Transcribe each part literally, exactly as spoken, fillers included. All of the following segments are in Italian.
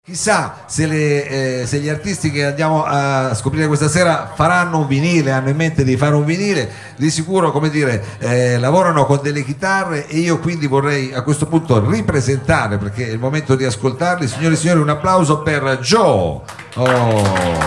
Chissà se, le, eh, se gli artisti che andiamo a scoprire questa sera faranno un vinile, hanno in mente di fare un vinile. Di sicuro, come dire, eh, lavorano con delle chitarre, e io quindi vorrei a questo punto ripresentare, perché è il momento di ascoltarli. Signore e signori, un applauso per Joe. Oh.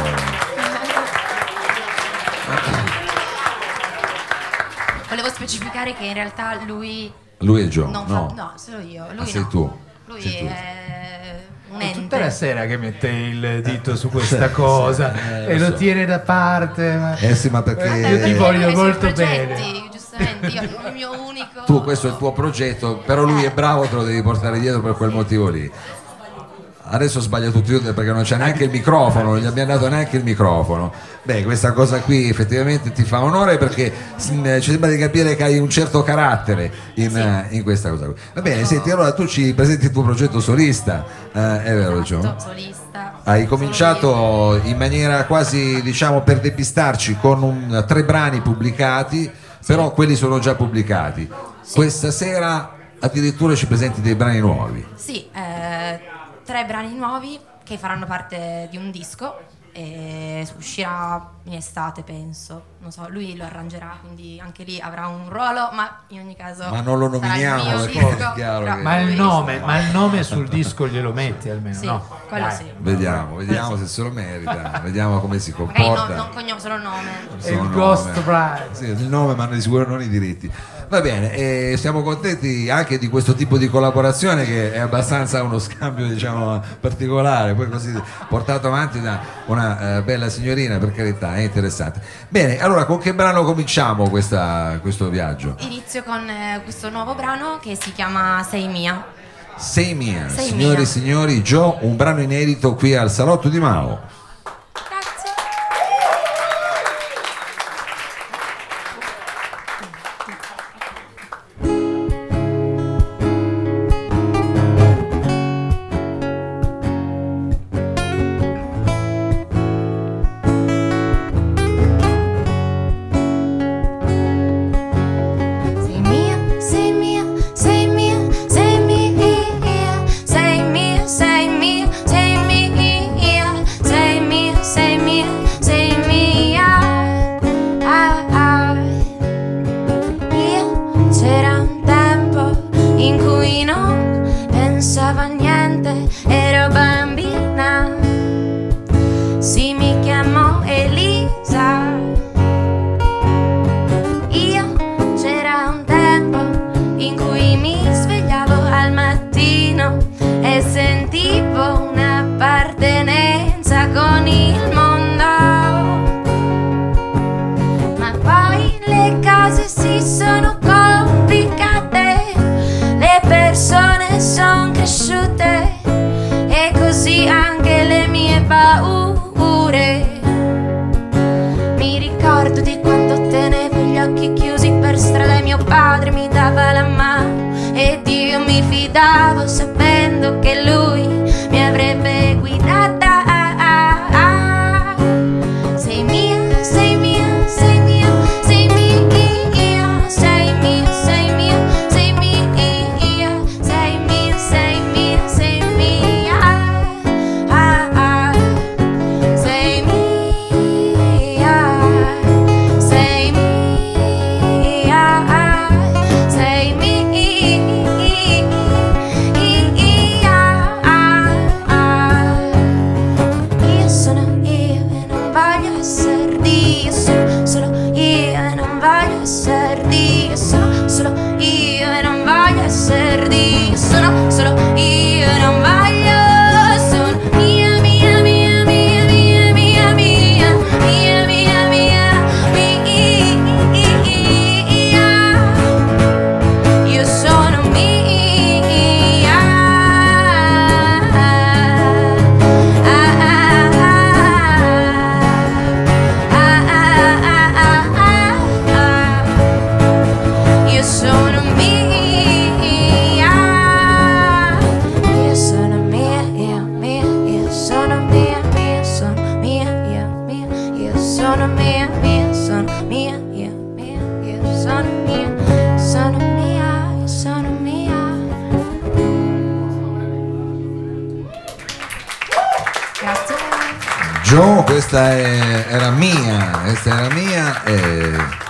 Volevo specificare che in realtà lui Lui è Joe, non no? Fa, no, sono io. Lui ah, sei no. tu. Lui sei tu. è un È ente. tutta la sera che mette il dito su questa cosa eh, e lo lo so. tiene da parte. Ma... Eh sì, ma perché Vabbè, io ti perché voglio lui ha i suoi molto progetti, bene. Giustamente, io il mio unico. tu, questo è il tuo progetto, però lui è bravo, te lo devi portare dietro per quel motivo lì. Adesso sbaglia tutti perché non c'è neanche il microfono, non gli abbiamo dato neanche il microfono. Beh, questa cosa qui effettivamente ti fa onore, perché ci sembra di capire che hai un certo carattere in, sì. in questa cosa qui. Va bene, senti, allora tu ci presenti il tuo progetto solista, eh, è vero, Gio? Esatto, solista. Hai cominciato in maniera quasi, diciamo, per depistarci con un, tre brani pubblicati, sì. Però quelli sono già pubblicati. Sì. Questa sera addirittura ci presenti dei brani nuovi. Sì, eh, tre brani nuovi che faranno parte di un disco e uscirà in estate, penso. Non so, lui lo arrangerà, quindi anche lì avrà un ruolo, ma in ogni caso ma non lo nominiamo, sarà il mio perché disco, è chiaro che... ma, il lui- nome, ma il nome sul disco glielo metti almeno, Sì, no? quello Dai. sì. Vediamo, vediamo se se lo merita, vediamo come si Magari comporta. non, non cognome, solo nome. È il Solo Ghost nome. Bride. Sì, il nome, ma di sicuro non i diritti. Va bene, e siamo contenti anche di questo tipo di collaborazione, che è abbastanza uno scambio, diciamo, particolare, poi così portato avanti da una eh, bella signorina, per carità, è interessante. Bene, allora con che brano cominciamo questa, questo viaggio? Inizio con eh, questo nuovo brano che si chiama Sei mia. Sei mia, Sei signori mia. e signori, Joe, un brano inedito qui al Salotto di Mao. Grazie. Sei mia, sei mia, sei mia, sei mia, sei mia, sei mia, sei mia, sei mia, sei mia, sei mia. Ah, ah. Io c'era un tempo in cui non pensavo a niente, ero bambina. Sì, mi chiamo Elisa. Io c'era un tempo in cui mi svegliavo al mattino e sentivo un'appartenenza con il mondo. Ma poi le cose si sono complicate, le persone sono cresciute e così anche le mie paure. Mi ricordo di quando tenevo gli occhi chiusi per strada e mio padre mi dava la mano ed io mi fidavo sapendo che lui mi avrebbe guidata. Sei mia, sei mia, sei mia, sei mia, sei mia, sei mia, sei mia, sei mia, sei mia, sei mia. Ah, ah. Sei mia, sei mia, sei mia. Grazie. Gio, questa è, era mia, questa era mia. E...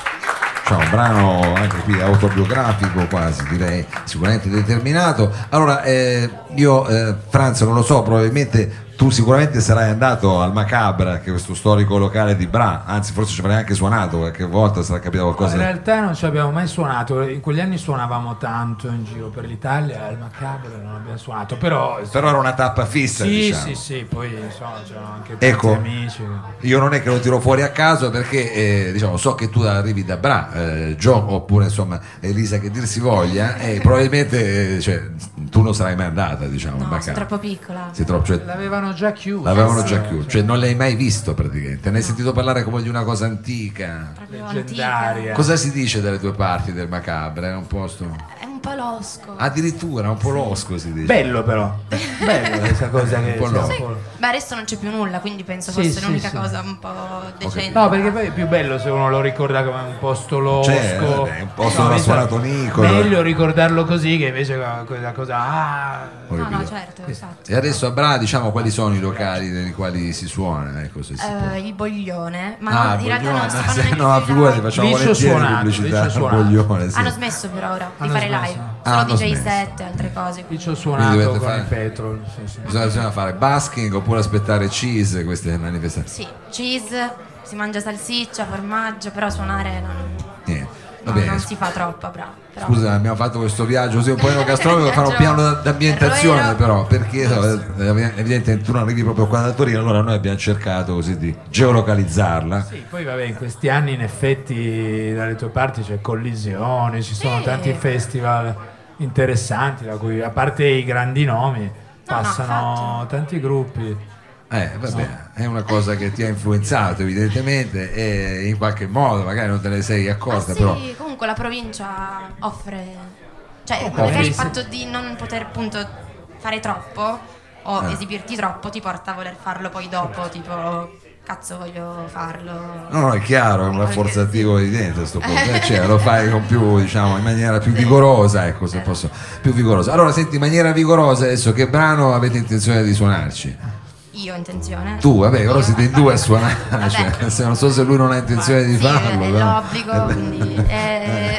C'è un brano anche qui autobiografico quasi, direi, sicuramente determinato. Allora, eh, io, eh, Franz, non lo so, probabilmente tu sicuramente sarai andato al Macabra, che è questo storico locale di Bra, anzi forse ci avrai anche suonato qualche volta, sarà capitato qualcosa. In realtà non ci abbiamo mai suonato, in quegli anni suonavamo tanto in giro per l'Italia, al Macabra non abbiamo suonato, però... Però era una tappa fissa, sì, diciamo. Sì, sì, poi insomma c'erano anche tanti Ecco, amici. Io non è che lo tiro fuori a caso perché eh, diciamo, so che tu arrivi da Bra, eh, Gio, oppure insomma Elisa che dir si voglia, e probabilmente eh, cioè, tu non sarai mai andata, diciamo, al No, sono Macabra. troppo piccola. Sei troppo, cioè, L'avevano già chiuso. l'avevano Eh, già sì. chiuso, cioè non l'hai mai visto praticamente, ne hai sentito parlare come di una cosa antica. Proprio Leggendaria. antica. Cosa si dice dalle tue parti del Macabra? È un posto... È un po' losco. Addirittura un po' losco si dice. Bello però, bello questa cosa che... Un po' sia no. Sì. po'- Beh, adesso non c'è più nulla, quindi penso Sì, fosse sì, l'unica sì. cosa un po' decente. No, perché poi è più bello se uno lo ricorda come un posto losco. Cioè, vabbè, un posto dove ha invece suonato Nicolo. Meglio ricordarlo così che invece quella cosa... Ah, Ho No, no, capito. certo, infatti. E adesso a Bra, diciamo, quali sono i locali nei quali si suona? Ecco, se si può. Eh, il Boglione, ma Ah, no, in realtà Boglione, non si no, fanno se neanche no, più figurati, live. facciamo Lì ci ho volentieri suonato, pubblicità lì ci ho al suonato. Boglione, sì. Hanno smesso per ora di Hanno fare smesso. live, Ah, solo hanno D J smesso. set e altre cose. qui ci ho Quindi suonato dovete con fare- il Petrol. Sì, sì. Bisogna, bisogna fare basking oppure aspettare cheese queste manifestazioni. Sì, cheese, si mangia salsiccia, formaggio, però suonare non, Niente. Va no, bene. non si fa troppo, bravo. Però. Scusa, abbiamo fatto questo viaggio così un po' enogastronomico per fare un piano d- d'ambientazione, Vero. però perché eh, evidentemente tu non arrivi proprio qua da Torino, allora noi abbiamo cercato così di geolocalizzarla. Sì, poi vabbè, in questi anni in effetti dalle tue parti c'è collisione, ci sono Sì. tanti festival interessanti, da cui a parte i grandi nomi passano infatti. tanti gruppi. Eh, vabbè, è una cosa che ti ha influenzato evidentemente e in qualche modo magari non te ne sei Ah, accorta, sì, però comunque la provincia offre, cioè Oh, magari offre, il sì. fatto di non poter appunto fare troppo o Eh. esibirti troppo ti porta a voler farlo poi dopo, tipo cazzo voglio farlo. no, no, è chiaro, è un Perché rafforzativo sì. evidente a sto punto, eh, cioè, lo fai con più, diciamo, in maniera più vigorosa, ecco, se posso, più vigorosa. Allora, senti, in maniera vigorosa adesso che brano avete intenzione di suonarci? Io ho intenzione. Tu, vabbè, però Io- siete in due a suonare, Vabbè. cioè, se non so se lui non ha intenzione di Sì, farlo. è però- l'obbligo, quindi eh,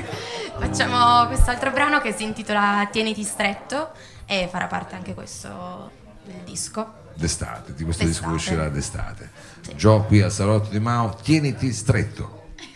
facciamo quest'altro brano che si intitola Tieniti stretto e farà parte anche questo del disco. D'estate, di questo disco che D'estate. uscirà d'estate. Sì. Gio qui al Salotto di Mao, tieniti stretto.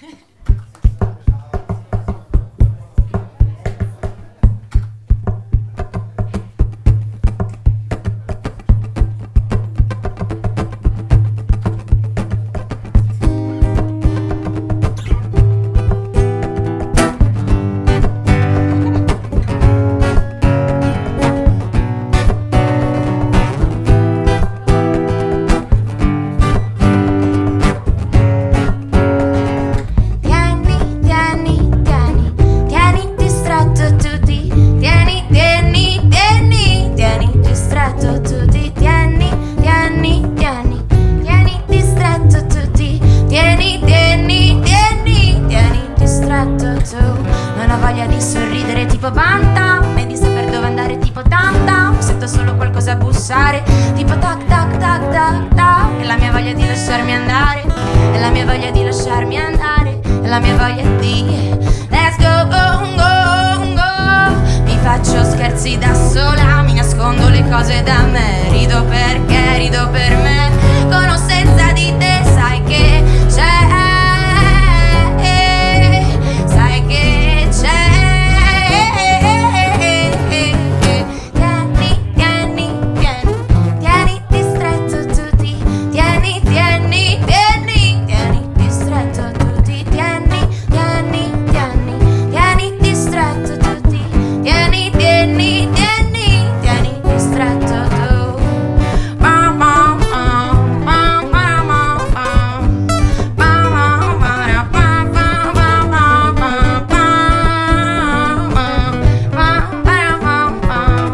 Tieni, tieni, tieni, tieniti stretto tutti, tieni, tieni, tieni, tieniti stretto tutti, tieni, tieni, tieni, tieniti stretto tutti, tieni, tieni, tieni, tieniti stretto tu. Non ho voglia di sorridere tipo Banta, né di saper dove andare tipo Tanta, sento solo qualcosa bussare, tipo tac tac tac tac tac, e la mia voglia di lasciarmi andare, e la mia voglia di lasciarmi andare, e la mia voglia di let's go, go, go, go. Mi faccio scherzi da sola, mi nascondo le cose da me, rido perché rido per me, con o senza di te sai che c'è, sai che c'è. Tieni, tieni, tieni, tieniti stretto tutti, tieni, tieni, tieni, tieniti stretto tutti, tieni, tieni, tieni, tieniti stretto tutti, tieni, tieni, tieni, tieniti stretto tu. Ma, ma, ma, ma, ma, ma, ma. Ma, ma, ma, ma, ma, ma, ma, ma, ma. Ma, ma, ma, ma.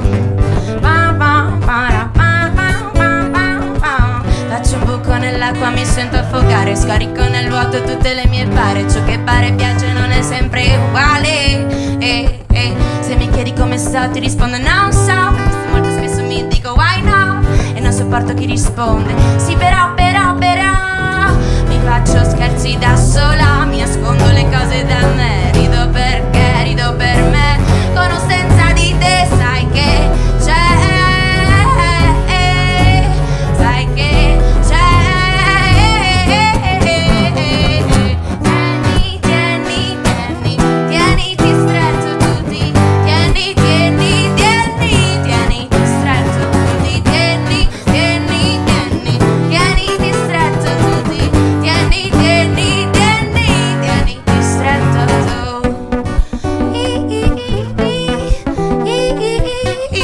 Faccio un buco nell'acqua, mi sento affogare, scarico nel vuoto tutte le mie pare, ciò che pare piace non è sempre uguale. E, e, se mi chiedi come sto ti rispondo non so, questo molto spesso mi dico why no, e non sopporto chi risponde. Sì però, però, però mi faccio scherzi da sola, mi nascondo le cose da me. Rido perché, rido per me, con o senza di te. Sai che c'è, sai che c'è. Tieni, tieni, tieni, tieniti stretto tutti. Tieni, tieni, tieni, tieniti stretto tutti. Tieni, tieni, tieni, tieniti stretto tutti. Tieni, tieni, tieni, tieniti stretto tu. I, i, i, i, i, i,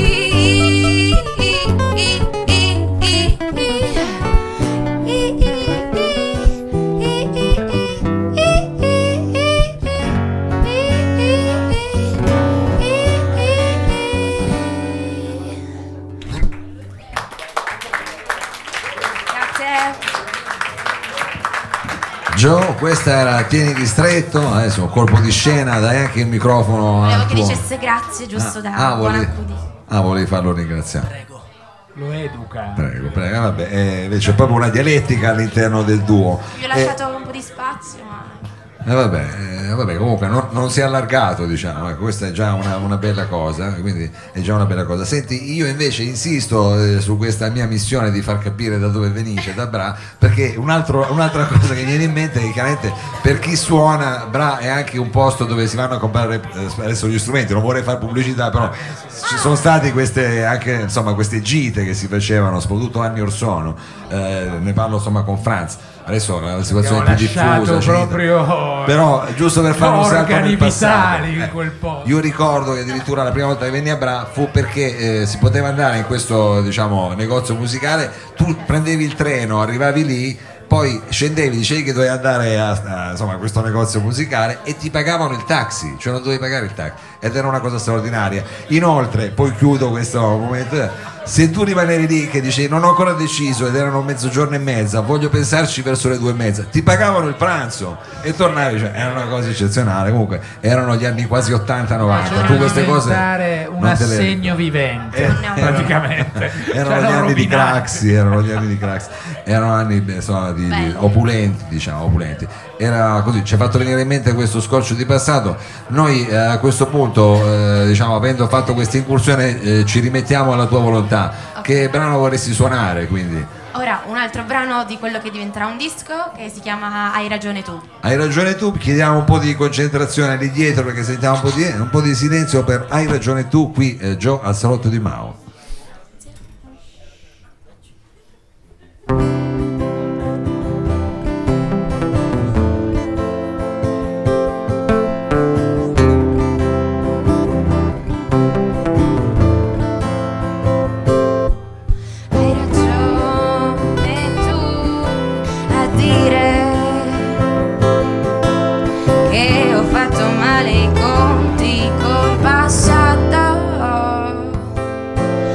Joe, questa era Tieniti stretto, adesso un colpo di scena, dai anche il microfono Volevo al che tuo... dicesse grazie, giusto da ah, buon volevi, accudire. ah, volevi farlo ringraziare. Lo educa. Prego, prego, vabbè, eh, invece c'è proprio una dialettica all'interno del duo. Vi ho lasciato un po' di spazio, ma Eh, vabbè, eh, vabbè, comunque non, non si è allargato, diciamo, ecco, questa è già una, una bella cosa, quindi è già una bella cosa. Senti, io invece insisto eh, su questa mia missione di far capire da dove venisse, da Bra, perché un altro, un'altra cosa che mi viene in mente è che chiaramente per chi suona, Bra è anche un posto dove si vanno a comprare eh, adesso gli strumenti, non vorrei fare pubblicità, però ci sono state queste, anche, insomma, queste gite che si facevano, soprattutto anni or sono, eh, ne parlo insomma con Franz. Adesso la situazione è più diffusa, proprio però giusto per fare un salto organi nel passato, vitali in eh, quel posto. io ricordo che addirittura la prima volta che venni a Bra fu perché eh, si poteva andare in questo, diciamo, negozio musicale, tu prendevi il treno, arrivavi lì, poi scendevi, dicevi che dovevi andare a, a, insomma, a questo negozio musicale e ti pagavano il taxi, cioè non dovevi pagare il taxi, ed era una cosa straordinaria. Inoltre, poi chiudo questo momento, se tu rimanevi lì che dicevi non ho ancora deciso ed erano mezzogiorno e mezza, voglio pensarci verso le due e mezza, ti pagavano il pranzo e tornavi, cioè era una cosa eccezionale. Comunque erano gli anni quasi ottanta novanta, tu queste cose un non te le assegno vivente Eh, praticamente erano cioè, gli anni di rovinati. Craxi, erano gli anni di Craxi, erano anni insomma, di, di opulenti, diciamo, opulenti. Era così, ci ha fatto venire in mente questo scorcio di passato. Noi eh, a questo punto, eh, diciamo, avendo fatto questa incursione, eh, ci rimettiamo alla tua volontà. Ok. Che brano vorresti suonare, quindi? ora un altro brano di quello che diventerà un disco che si chiama Hai ragione tu. Hai ragione tu, chiediamo un po' di concentrazione lì dietro perché sentiamo un po' di, un po' di silenzio per Hai ragione tu qui, eh, Joe al salotto di Mao. Hai ragione tu a dire che ho fatto male i conti col passato.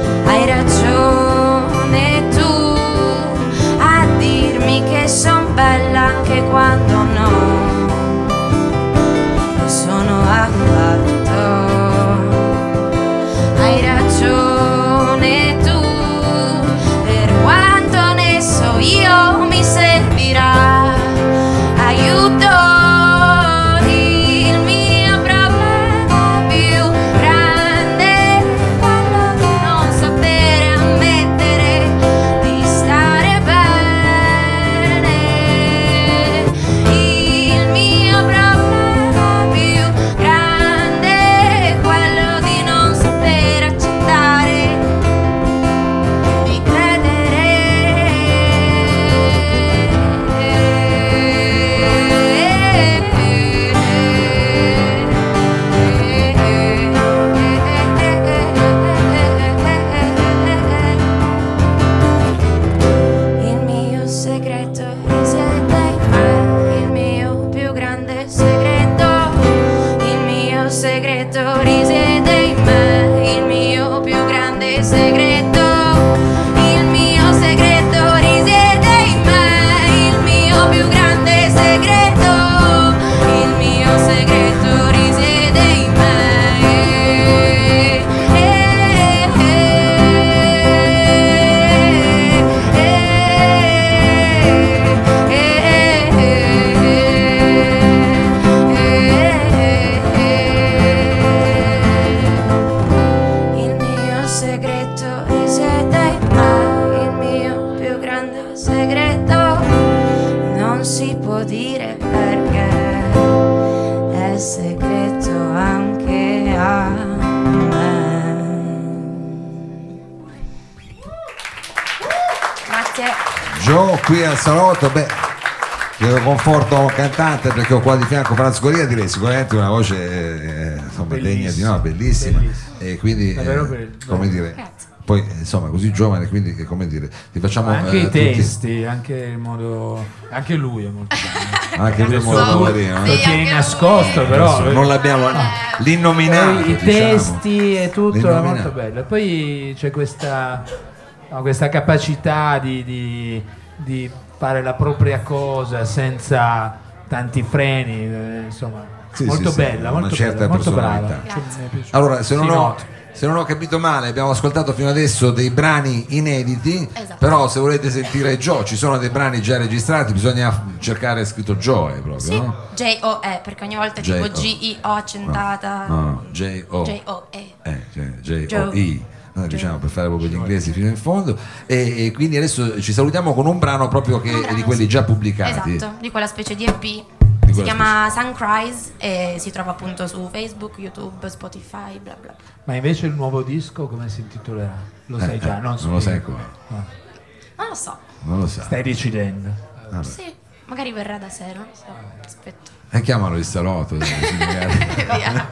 Joe qui al salotto, beh, chiedo conforto a un cantante perché ho qua di fianco Franz Goria, direi sicuramente una voce eh, insomma, degna di no, bellissima, bellissima. E quindi Davvero eh, bello. come dire, Grazie. poi insomma così giovane, quindi che, come dire, ti facciamo Ma anche eh, i tutti- testi, anche il modo, anche lui è molto bello. anche lui è molto Adesso- poverino, Lo eh. Sì, tieni anche nascosto, lui. però Adesso non l'abbiamo l'innominato, poi i diciamo. testi e tutto è L'innominato. molto bello. E poi c'è questa, no, questa capacità di, di, di fare la propria cosa senza tanti freni, eh, insomma, Sì, molto sì, sì, bella, una molto certa bella, molto brava. personalità. Cioè, mi è piaciuto. Allora, se non, Si ho, nota. se non ho capito male, abbiamo ascoltato fino adesso dei brani inediti, Esatto. però se volete sentire Joe, ci sono dei brani già registrati, bisogna cercare scritto Joe proprio, Sì, no? J O E, perché ogni volta è tipo J O. G I O accentata. No, no, J O J O E. Eh, cioè, J O Joe. I. Noi diciamo per fare proprio gli inglesi fino in fondo e, e quindi adesso ci salutiamo con un brano proprio che Un è brano, di quelli sì. già pubblicati. Esatto, di quella specie di E P. quella Si chiama Sun Cries e si trova appunto su Facebook, YouTube, Spotify, bla bla. Ma invece il nuovo disco come si intitolerà? Lo sai Eh, già, eh, non, non lo sai spiego. ancora. No. Non lo so. Non lo sa. Stai decidendo. Vabbè. Sì, magari verrà da sé, non lo so. Aspetto. E chiamalo il salotto. dai, così magari- Via.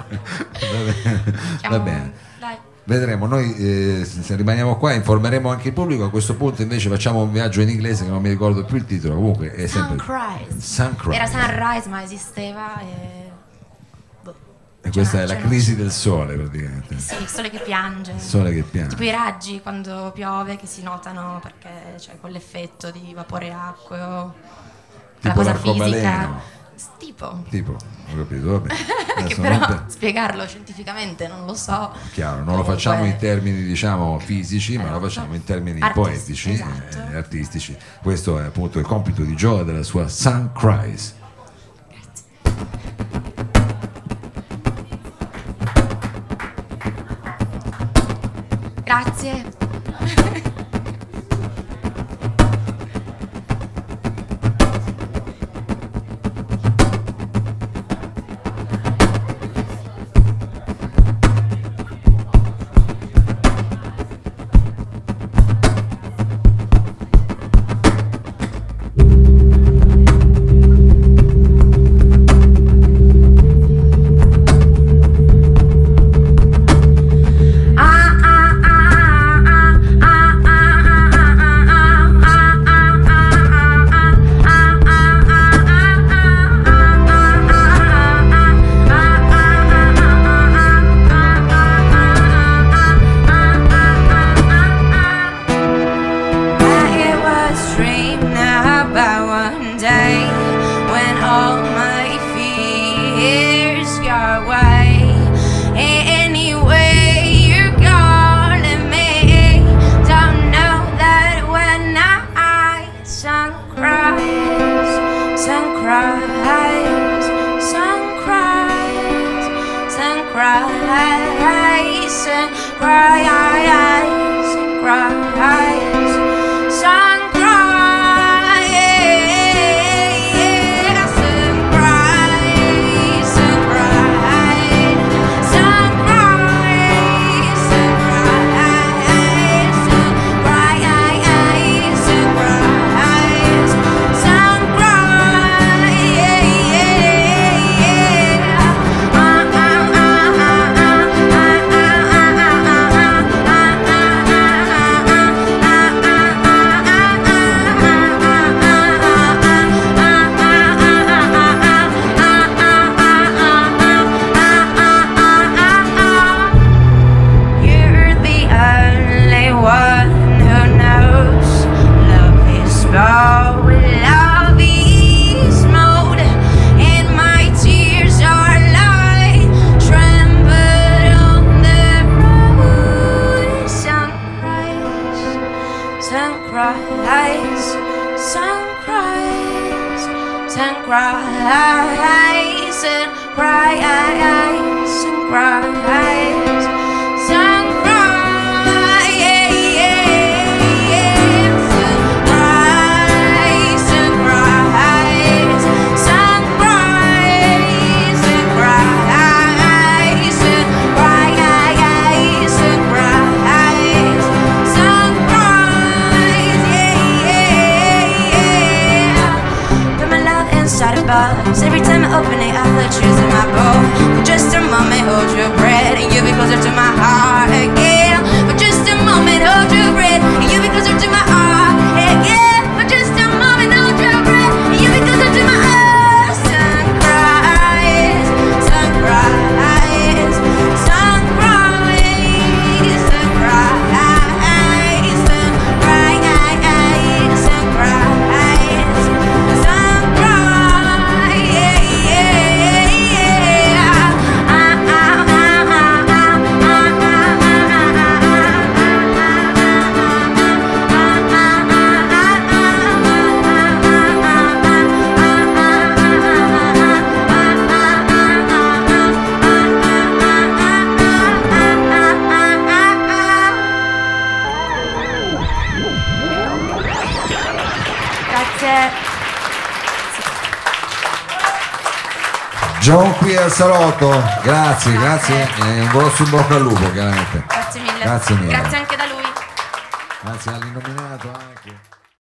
Va bene. Chiamo- Va bene. Dai. Vedremo, noi eh, se rimaniamo qua informeremo anche il pubblico, a questo punto invece facciamo un viaggio in inglese che non mi ricordo più il titolo, comunque è sempre Sunrise. Sunrise. Era Sunrise ma esisteva e... boh. E questa Cioè, è la cioè, crisi del sole praticamente. Sì, il sole che piange. Il sole che piange. Tipo i raggi quando piove che si notano perché c'è quell'effetto di vapore acqueo. Tipo La cosa l'arcobaleno. fisica. S- Tipo. Tipo, ho capito, vabbè. Che Adesso però non per- spiegarlo scientificamente non lo so. Chiaro, non lo Comunque- facciamo in termini diciamo fisici, ma lo Esatto. facciamo in termini Artistici, poetici esatto. e artistici. Questo è appunto il compito di Joe e della sua Sun Cries. Grazie. It was dreamed about one day when all my fears go away. Anyway, you're calling me. Don't know that when I sun cries, sun cries, sun cries, sun cries, sun cries, sun cries. Sun cries, sun cries, sun cries, sun cries, sun cries, sun cries, sun cries, sun You're the only one who knows love is bold, love is mode, and my tears are like trembled on the road. Sunrise, sunrise, sunrise, sunrise, sunrise, sunrise, sunrise, sunrise, sunrise, sunrise, John qui al salotto, grazie, grazie, e un grosso in bocca al lupo chiaramente. Grazie mille. Grazie mille. Grazie anche da lui. Grazie all'innominato anche.